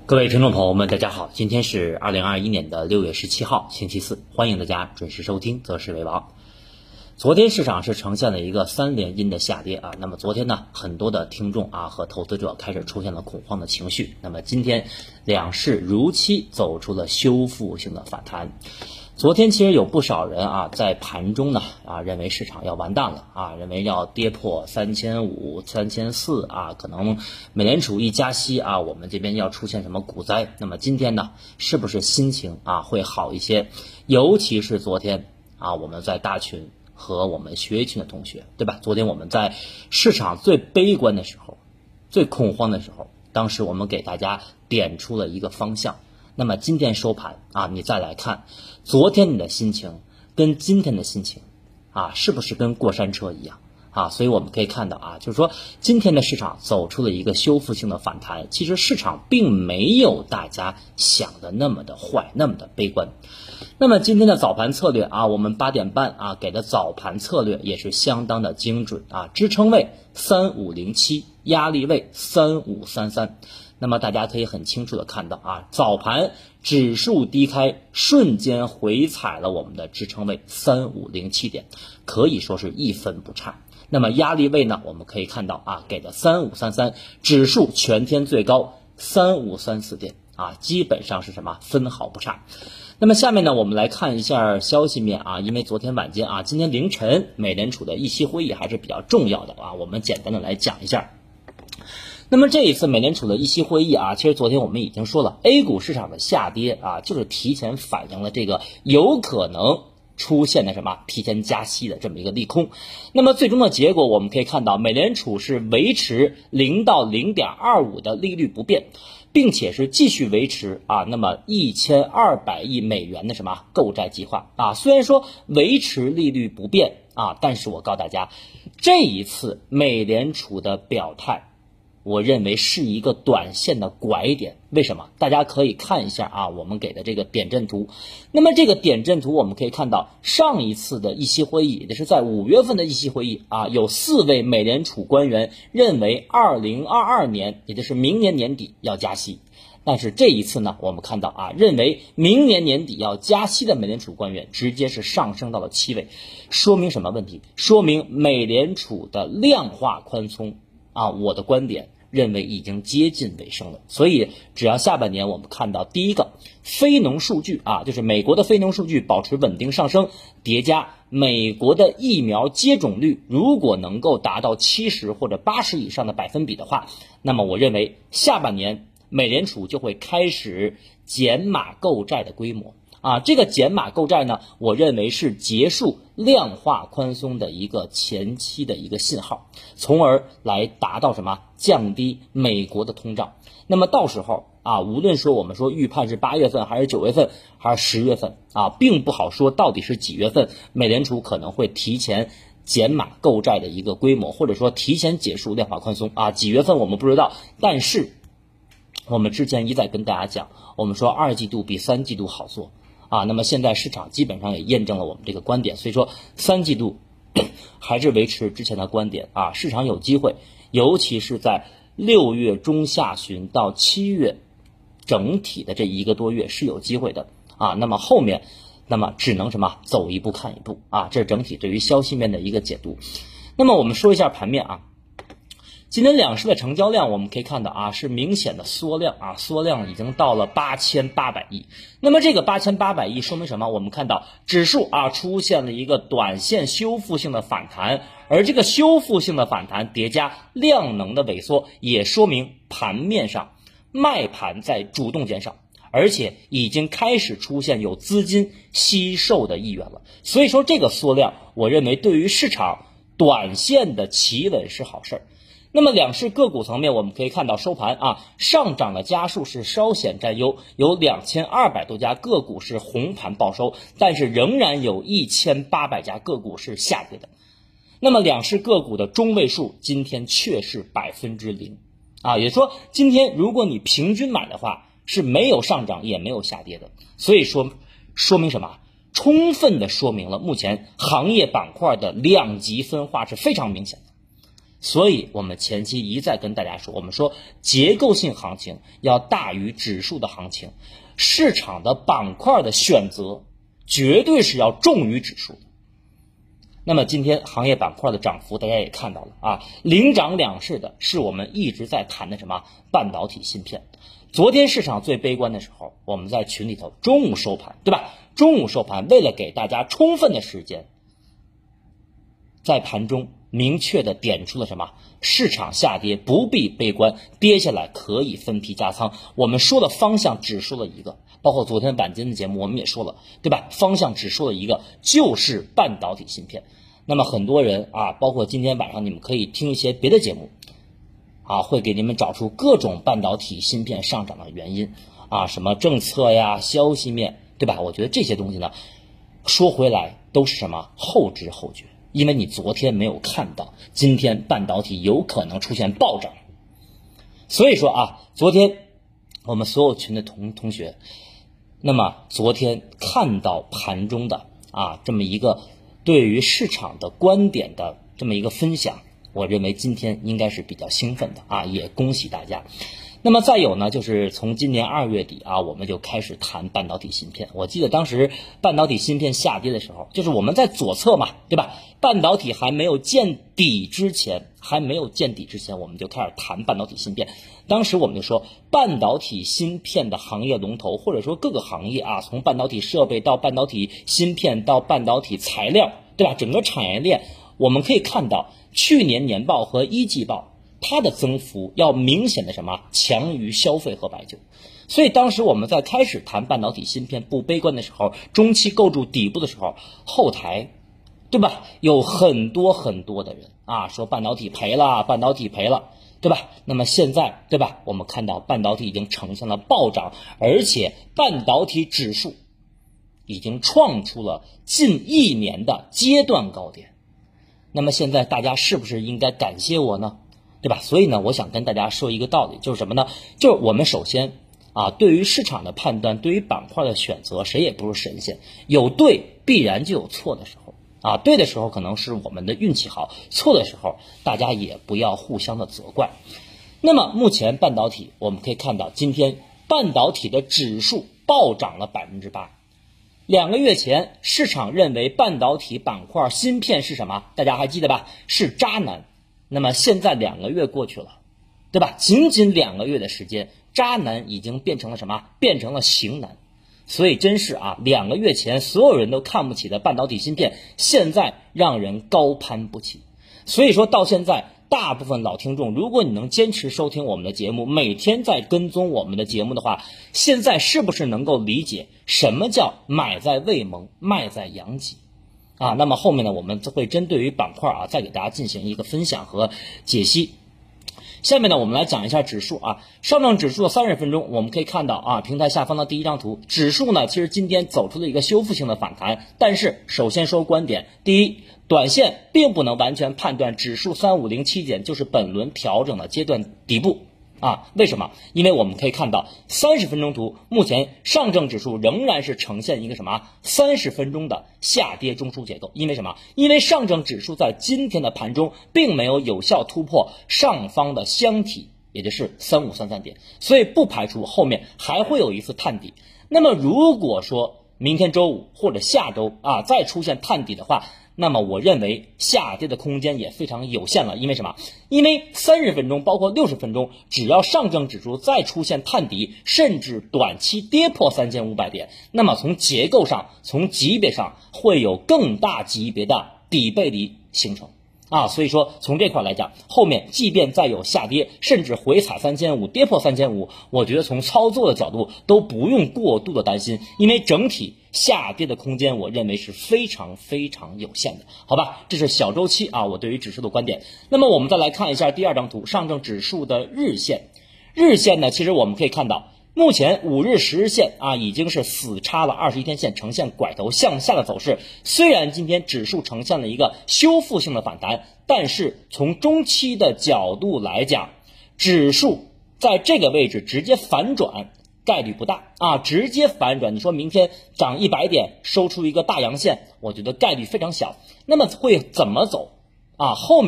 各位听众朋友们，大家好，今天是2021年的6月17号，星期四，欢迎大家准时收听择时为王。昨天市场是呈现了一个3连阴的下跌啊，那么昨天呢，很多的听众和投资者开始出现了恐慌的情绪，那么今天两市如期走出了修复性的反弹。昨天其实有不少人在盘中呢认为市场要完蛋了认为要跌破3500、3400可能美联储一加息我们这边要出现什么股灾。那么今天呢，是不是心情会好一些？尤其是昨天我们在大群和我们学群的同学，对吧？昨天我们在市场最悲观的时候、最恐慌的时候，当时我们给大家点出了一个方向。那么今天收盘你再来看昨天你的心情跟今天的心情是不是跟过山车一样所以我们可以看到就是说今天的市场走出了一个修复性的反弹，其实市场并没有大家想的那么的坏，那么的悲观。那么今天的早盘策略我们8点半给的早盘策略也是相当的精准支撑位3507，压力位3533。那么大家可以很清楚的看到早盘指数低开，瞬间回踩了我们的支撑位3507点，可以说是一分不差。那么压力位呢，我们可以看到给的3533，指数全天最高3534点基本上是什么分毫不差。那么下面呢，我们来看一下消息面因为昨天晚间今天凌晨美联储的议息会议还是比较重要的我们简单的来讲一下。那么这一次美联储的议息会议其实昨天我们已经说了 A 股市场的下跌就是提前反映了这个有可能出现的什么提前加息的这么一个利空。那么最终的结果我们可以看到，美联储是维持0到 0.25 的利率不变，并且是继续维持那么1200亿美元的什么购债计划虽然说维持利率不变但是我告诉大家，这一次美联储的表态我认为是一个短线的拐点。为什么？大家可以看一下我们给的这个点阵图。那么这个点阵图我们可以看到，上一次的议息会议，也就是在5月份的议息会议有4位美联储官员认为2022年，也就是明年年底要加息。但是这一次呢，我们看到认为明年年底要加息的美联储官员直接是上升到了7位。说明什么问题？说明美联储的量化宽松我的观点认为已经接近尾声了。所以只要下半年我们看到第一个非农数据就是美国的非农数据保持稳定上升，叠加美国的疫苗接种率如果能够达到70或者80以上的百分比的话，那么我认为下半年美联储就会开始减码购债的规模这个减码购债呢，我认为是结束量化宽松的一个前期的一个信号，从而来达到什么降低美国的通胀。那么到时候无论说我们说预判是8月份还是9月份还是10月份并不好说到底是几月份美联储可能会提前减码购债的一个规模，或者说提前结束量化宽松几月份我们不知道。但是我们之前一再跟大家讲，我们说2季度比3季度好做那么现在市场基本上也验证了我们这个观点，所以说3季度还是维持之前的观点市场有机会，尤其是在6月中下旬到7月整体的这1个多月是有机会的那么后面那么只能什么走一步看一步这是整体对于消息面的一个解读。那么我们说一下盘面今天两市的成交量我们可以看到是明显的缩量缩量已经到了8800亿。那么这个8800亿说明什么？我们看到指数出现了一个短线修复性的反弹，而这个修复性的反弹叠加量能的萎缩，也说明盘面上卖盘在主动减少，而且已经开始出现有资金吸售的意愿了。所以说这个缩量我认为对于市场短线的企稳是好事。那么两市个股层面我们可以看到收盘上涨的家数是稍显占优，有2200多家个股是红盘报收，但是仍然有1800家个股是下跌的。那么两市个股的中位数今天却是0%也就是说今天如果你平均买的话是没有上涨也没有下跌的。所以说明什么？充分的说明了目前行业板块的两极分化是非常明显的。 所以我们前期一再跟大家说，我们说结构性行情要大于指数的行情，市场的板块的选择绝对是要重于指数的。那么今天行业板块的涨幅大家也看到了啊，领涨两市的是我们一直在谈的什么半导体芯片。昨天市场最悲观的时候，我们在群里头中午收盘，对吧？中午收盘，为了给大家充分的时间，在盘中明确的点出了什么？市场下跌不必悲观，跌下来可以分批加仓。我们说的方向只说了一个，包括昨天晚间的节目我们也说了，对吧？方向只说了一个，就是半导体芯片。那么很多人啊，包括今天晚上你们可以听一些别的节目啊，会给你们找出各种半导体芯片上涨的原因啊，什么政策呀、消息面，对吧？我觉得这些东西呢，说回来都是什么后知后觉，因为你昨天没有看到，今天半导体有可能出现暴涨。所以说啊，昨天我们所有群的同学，那么昨天看到盘中的啊这么一个对于市场的观点的这么一个分享，我认为今天应该是比较兴奋的啊，也恭喜大家。那么再有呢，就是从今年2月底啊，我们就开始谈半导体芯片。我记得当时半导体芯片下跌的时候，就是我们在左侧嘛，对吧？半导体还没有见底之前，我们就开始谈半导体芯片。当时我们就说，半导体芯片的行业龙头，或者说各个行业啊，从半导体设备到半导体芯片到半导体材料，对吧？整个产业链，我们可以看到去年年报和一季报，它的增幅要明显的什么强于消费和白酒。所以当时我们在开始谈半导体芯片不悲观的时候，中期构筑底部的时候，后台对吧，有很多的人啊说半导体赔了，对吧？那么现在对吧，我们看到半导体已经呈现了暴涨，而且半导体指数已经创出了近1年的阶段高点。那么现在大家是不是应该感谢我呢？对吧？所以呢，我想跟大家说一个道理，就是什么呢？就是我们首先啊，对于市场的判断，对于板块的选择，谁也不是神仙，有对必然就有错的时候啊。对的时候可能是我们的运气好，错的时候大家也不要互相的责怪。那么目前半导体我们可以看到，今天半导体的指数暴涨了 8%。2个月前市场认为半导体板块芯片是什么？大家还记得吧？是渣男。那么现在2个月过去了，对吧？仅仅2个月的时间，渣男已经变成了什么？变成了型男。所以真是啊，2个月前所有人都看不起的半导体芯片，现在让人高攀不起。所以说到现在，大部分老听众，如果你能坚持收听我们的节目，每天在跟踪我们的节目的话，现在是不是能够理解什么叫买在未萌，卖在阳极啊？那么后面呢，我们会针对于板块啊，再给大家进行一个分享和解析。下面呢，我们来讲一下指数啊。上证指数的30分钟，我们可以看到啊，平台下方的第一张图，指数呢，其实今天走出了一个修复性的反弹。但是首先说观点，第一，短线并不能完全判断指数3507点就是本轮调整的阶段底部啊。为什么？因为我们可以看到30分钟图，目前上证指数仍然是呈现一个什么30分钟的下跌中枢结构。因为什么？因为上证指数在今天的盘中并没有有效突破上方的箱体，也就是3533点，所以不排除后面还会有一次探底。那么如果说明天周五或者下周啊再出现探底的话，那么我认为下跌的空间也非常有限了。因为什么？因为30分钟包括60分钟，只要上证指数再出现探底，甚至短期跌破3500点，那么从结构上从级别上会有更大级别的底背离形成啊。所以说从这块来讲，后面即便再有下跌，甚至回踩3500跌破3500，我觉得从操作的角度都不用过度的担心，因为整体下跌的空间我认为是非常有限的，好吧？这是小周期啊我对于指数的观点。那么我们再来看一下第二张图，上证指数的日线。日线呢，其实我们可以看到目前5日10日线啊已经是死叉了21天线，呈现拐头向下的走势。虽然今天指数呈现了一个修复性的反弹，但是从中期的角度来讲，指数在这个位置直接反转概率不大啊，直接反转，你说明天涨100点收出一个大阳线，我觉得概率非常小。那么会怎么走啊？后面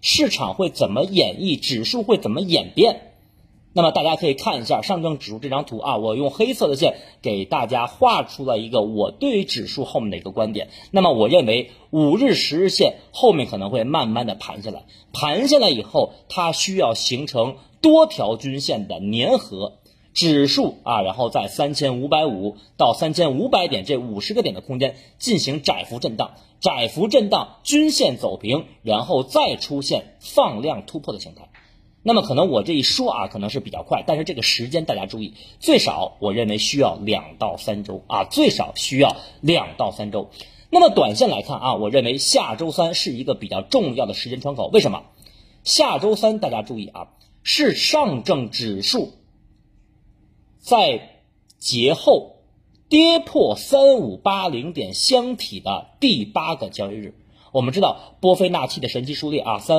市场会怎么演绎，指数会怎么演变。那么大家可以看一下上证指数这张图啊，我用黑色的线给大家画出了一个我对于指数后面的一个观点。那么我认为5日、10日线后面可能会慢慢的盘下来，盘下来以后，它需要形成多条均线的粘合，指数啊，然后在3550到3500点这50个点的空间进行窄幅震荡，窄幅震荡，均线走平，然后再出现放量突破的形态。那么可能我这一说啊，可能是比较快，但是这个时间大家注意，最少我认为需要2到3周啊，最少需要2到3周。那么短线来看啊，我认为下周三是一个比较重要的时间窗口。为什么？下周三大家注意啊，是上证指数在节后跌破3580点箱体的第8个交易日。我们知道波菲纳契的神奇数列啊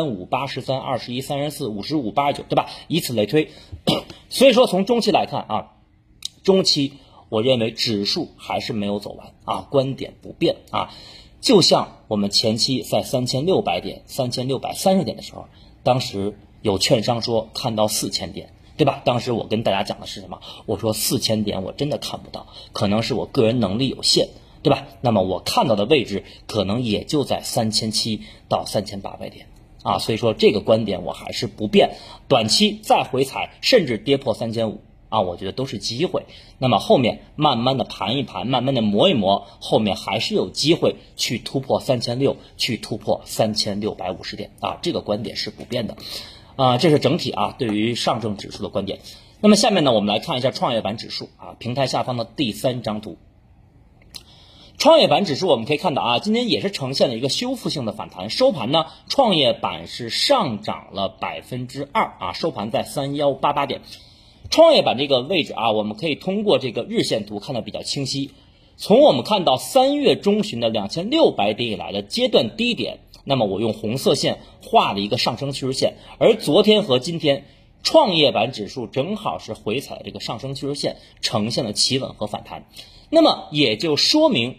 ，35、83、21、34、55、89，对吧？以此类推。所以说从中期来看啊，中期我认为指数还是没有走完啊，观点不变啊。就像我们前期在3600点、3630点的时候，当时有券商说看到4000点。对吧？当时我跟大家讲的是什么？我说4000点我真的看不到，可能是我个人能力有限，对吧？那么我看到的位置可能也就在3700到3800点啊，所以说这个观点我还是不变，短期再回踩甚至跌破3500啊，我觉得都是机会。那么后面慢慢的盘一盘，慢慢的磨一磨，后面还是有机会去突破3600，去突破3650点啊，这个观点是不变的。这是整体啊对于上证指数的观点。那么下面呢，我们来看一下创业板指数啊，平台下方的第3张图。创业板指数我们可以看到啊，今天也是呈现了一个修复性的反弹，收盘呢，创业板是上涨了2%啊，收盘在3188点。创业板这个位置啊，我们可以通过这个日线图看得比较清晰。从我们看到3月中旬的2600点以来的阶段低点，那么我用红色线画了一个上升趋势线，而昨天和今天创业板指数正好是回踩这个上升趋势线，呈现了企稳和反弹。那么也就说明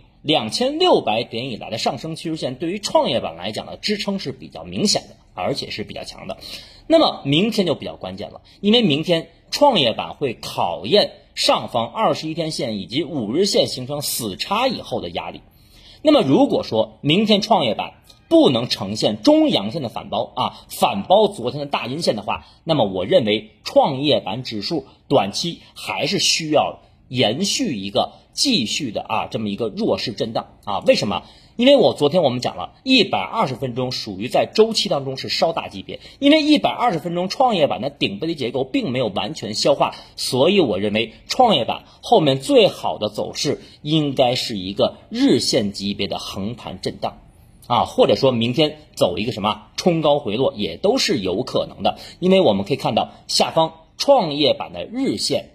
2600点以来的上升趋势线对于创业板来讲的支撑是比较明显的，而且是比较强的。那么明天就比较关键了，因为明天创业板会考验上方21天线以及5日线形成死叉以后的压力。那么如果说明天创业板不能呈现中阳线的反包啊，反包昨天的大阴线的话，那么我认为创业板指数短期还是需要延续一个继续的这么一个弱势震荡啊。为什么？因为昨天我们讲了120分钟属于在周期当中是稍大级别，因为120分钟创业板的顶背离结构并没有完全消化，所以我认为创业板后面最好的走势应该是一个日线级别的横盘震荡啊，或者说明天走一个什么冲高回落也都是有可能的。因为我们可以看到下方创业板的日线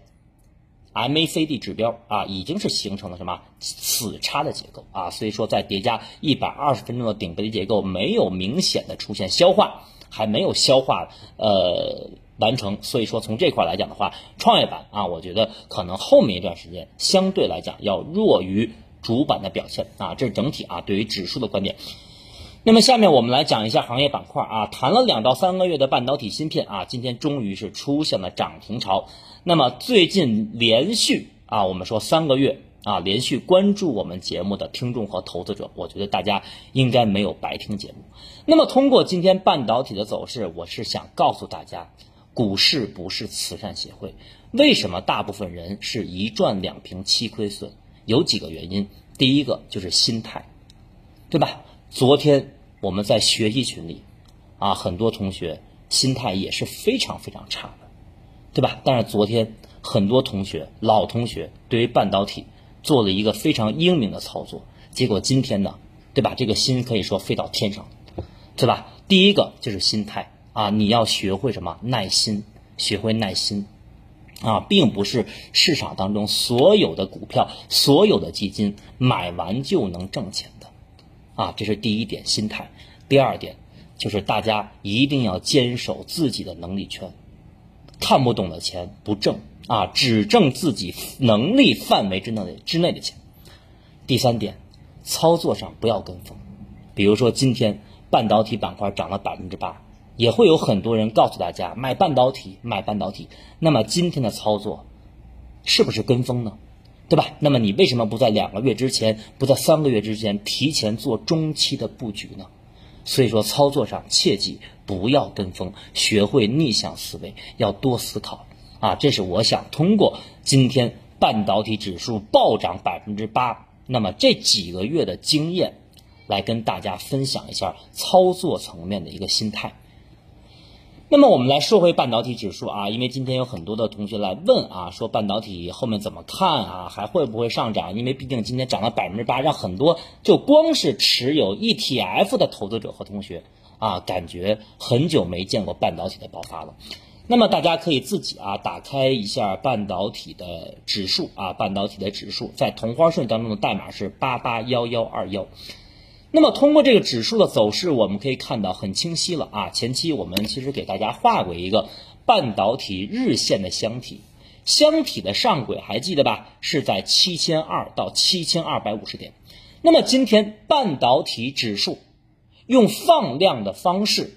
MACD 指标已经是形成了什么死叉的结构啊，所以说在叠加120分钟的顶背离结构没有明显的出现消化，还没有消化完成，所以说从这块来讲的话，创业板我觉得可能后面一段时间相对来讲要弱于主板的表现啊，这是整体对于指数的观点。那么下面我们来讲一下行业板块谈了2到3个月的半导体芯片今天终于是出现了涨停潮。那么最近连续我们说3个月连续关注我们节目的听众和投资者，我觉得大家应该没有白听节目。那么通过今天半导体的走势，我是想告诉大家，股市不是慈善协会。为什么大部分人是1赚2平7亏损？有几个原因。第一个就是心态，对吧？昨天我们在学习群里很多同学心态也是非常非常差的，对吧？但是昨天很多同学老同学对于半导体做了一个非常英明的操作，结果今天呢，对吧？这个心可以说飞到天上，对吧？第一个就是心态你要学会什么耐心，学会耐心并不是市场当中所有的股票所有的基金买完就能挣钱的这是第一点，心态。第二点就是大家一定要坚守自己的能力圈，看不懂的钱不挣只挣自己能力范围之内的钱。第三点，操作上不要跟风。比如说今天半导体板块涨了8%， 也会有很多人告诉大家买半导体，买半导体。那么今天的操作是不是跟风呢？对吧？那么你为什么不在2个月之前，不在3个月之前提前做中期的布局呢？所以说操作上切记不要跟风，学会逆向思维，要多思考啊！这是我想通过今天半导体指数暴涨8%，那么这几个月的经验来跟大家分享一下操作层面的一个心态。那么我们来说回半导体指数啊，因为今天有很多的同学来问啊，说半导体后面怎么看啊，还会不会上涨？因为毕竟今天涨了8%，让很多就光是持有 ETF 的投资者和同学啊，感觉很久没见过半导体的爆发了。那么大家可以自己打开一下半导体的指数啊，半导体的指数在同花顺当中的代码是881121。那么通过这个指数的走势，我们可以看到很清晰了啊。前期我们其实给大家画过一个半导体日线的箱体，箱体的上轨还记得吧？是在7200到7250点。那么今天半导体指数用放量的方式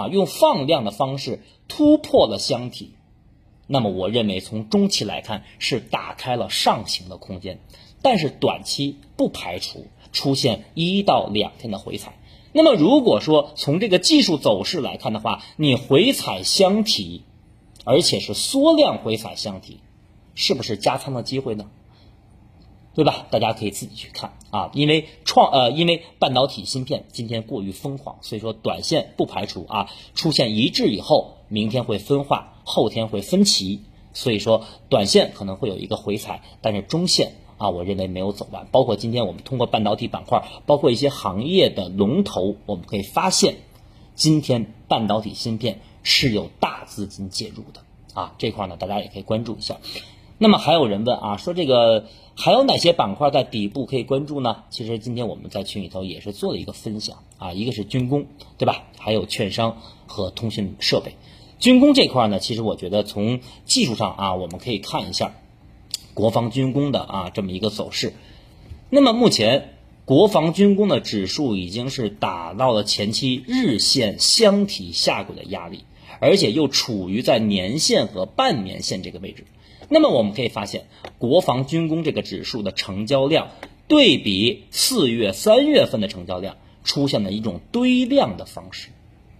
突破了箱体，那么我认为从中期来看是打开了上行的空间，但是短期不排除出现1到2天的回踩。那么如果说从这个技术走势来看的话，你回踩箱体，而且是缩量回踩箱体，是不是加仓的机会呢？对吧？大家可以自己去看啊，因为半导体芯片今天过于疯狂，所以说短线不排除出现一致以后，明天会分化，后天会分歧，所以说短线可能会有一个回踩，但是中线我认为没有走完。包括今天我们通过半导体板块，包括一些行业的龙头，我们可以发现今天半导体芯片是有大资金介入的这块呢大家也可以关注一下。那么还有人问说这个还有哪些板块在底部可以关注呢？其实今天我们在群里头也是做了一个分享一个是军工，对吧？还有券商和通讯设备。军工这块呢，其实我觉得从技术上我们可以看一下国防军工的这么一个走势。那么目前国防军工的指数已经是打到了前期日线箱体下轨的压力，而且又处于在年线和半年线这个位置。那么我们可以发现国防军工这个指数的成交量对比4月3月份的成交量出现了一种堆量的方式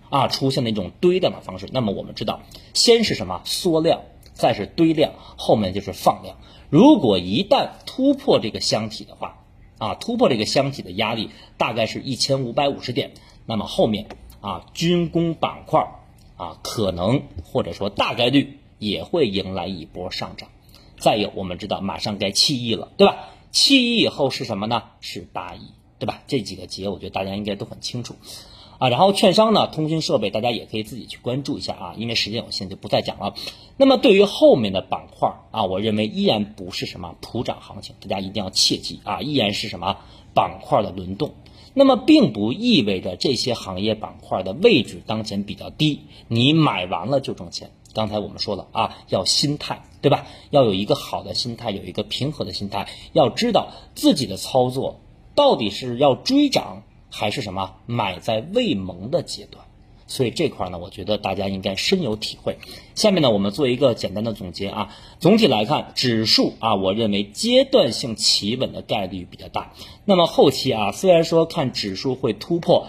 那么我们知道先是什么缩量，再是堆量，后面就是放量。如果一旦突破这个箱体的话突破这个箱体的压力大概是1550点，那么后面军工板块可能或者说大概率也会迎来一波上涨。再有我们知道马上该7亿了，对吧？7亿以后是什么呢？是8亿，对吧？这几个节我觉得大家应该都很清楚然后券商呢，通讯设备大家也可以自己去关注一下因为时间有限就不再讲了。那么对于后面的板块我认为依然不是什么普涨行情，大家一定要切记依然是什么板块的轮动。那么并不意味着这些行业板块的位置当前比较低，你买完了就挣钱。刚才我们说了要心态，对吧？要有一个好的心态，有一个平和的心态，要知道自己的操作到底是要追涨还是什么买在未萌的阶段。所以这块呢，我觉得大家应该深有体会。下面呢，我们做一个简单的总结总体来看，指数我认为阶段性企稳的概率比较大。那么后期虽然说看指数会突破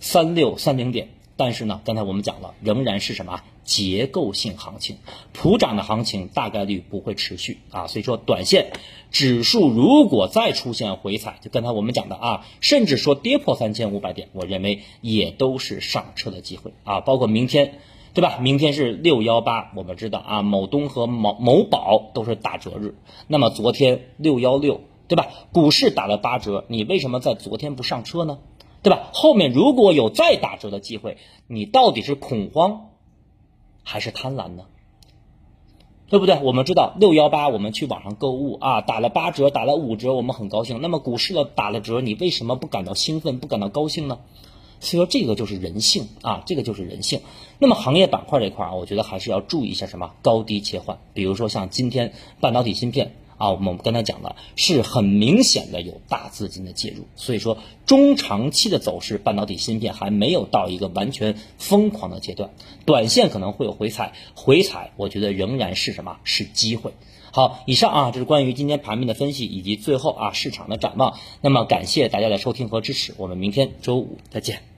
3630点，但是呢，刚才我们讲了，仍然是什么结构性行情，普涨的行情大概率不会持续所以说短线指数如果再出现回踩，就刚才我们讲的甚至说跌破3500点，我认为也都是上车的机会包括明天，对吧？明天是618，我们知道某东和某宝都是打折日。那么昨天616，对吧？股市打了8折，你为什么在昨天不上车呢？对吧？后面如果有再打折的机会，你到底是恐慌还是贪婪呢？对不对？我们知道618我们去网上购物打了8折，打了5折，我们很高兴。那么股市的打了折，你为什么不感到兴奋，不感到高兴呢？所以说这个就是人性这个就是人性。那么行业板块这块我觉得还是要注意一下什么高低切换。比如说像今天半导体芯片啊，我们刚才讲了是很明显的有大资金的介入，所以说中长期的走势，半导体芯片还没有到一个完全疯狂的阶段，短线可能会有回踩，我觉得仍然是什么？是机会。好，以上啊，这是关于今天盘面的分析以及最后啊市场的展望。那么感谢大家的收听和支持，我们明天周五再见。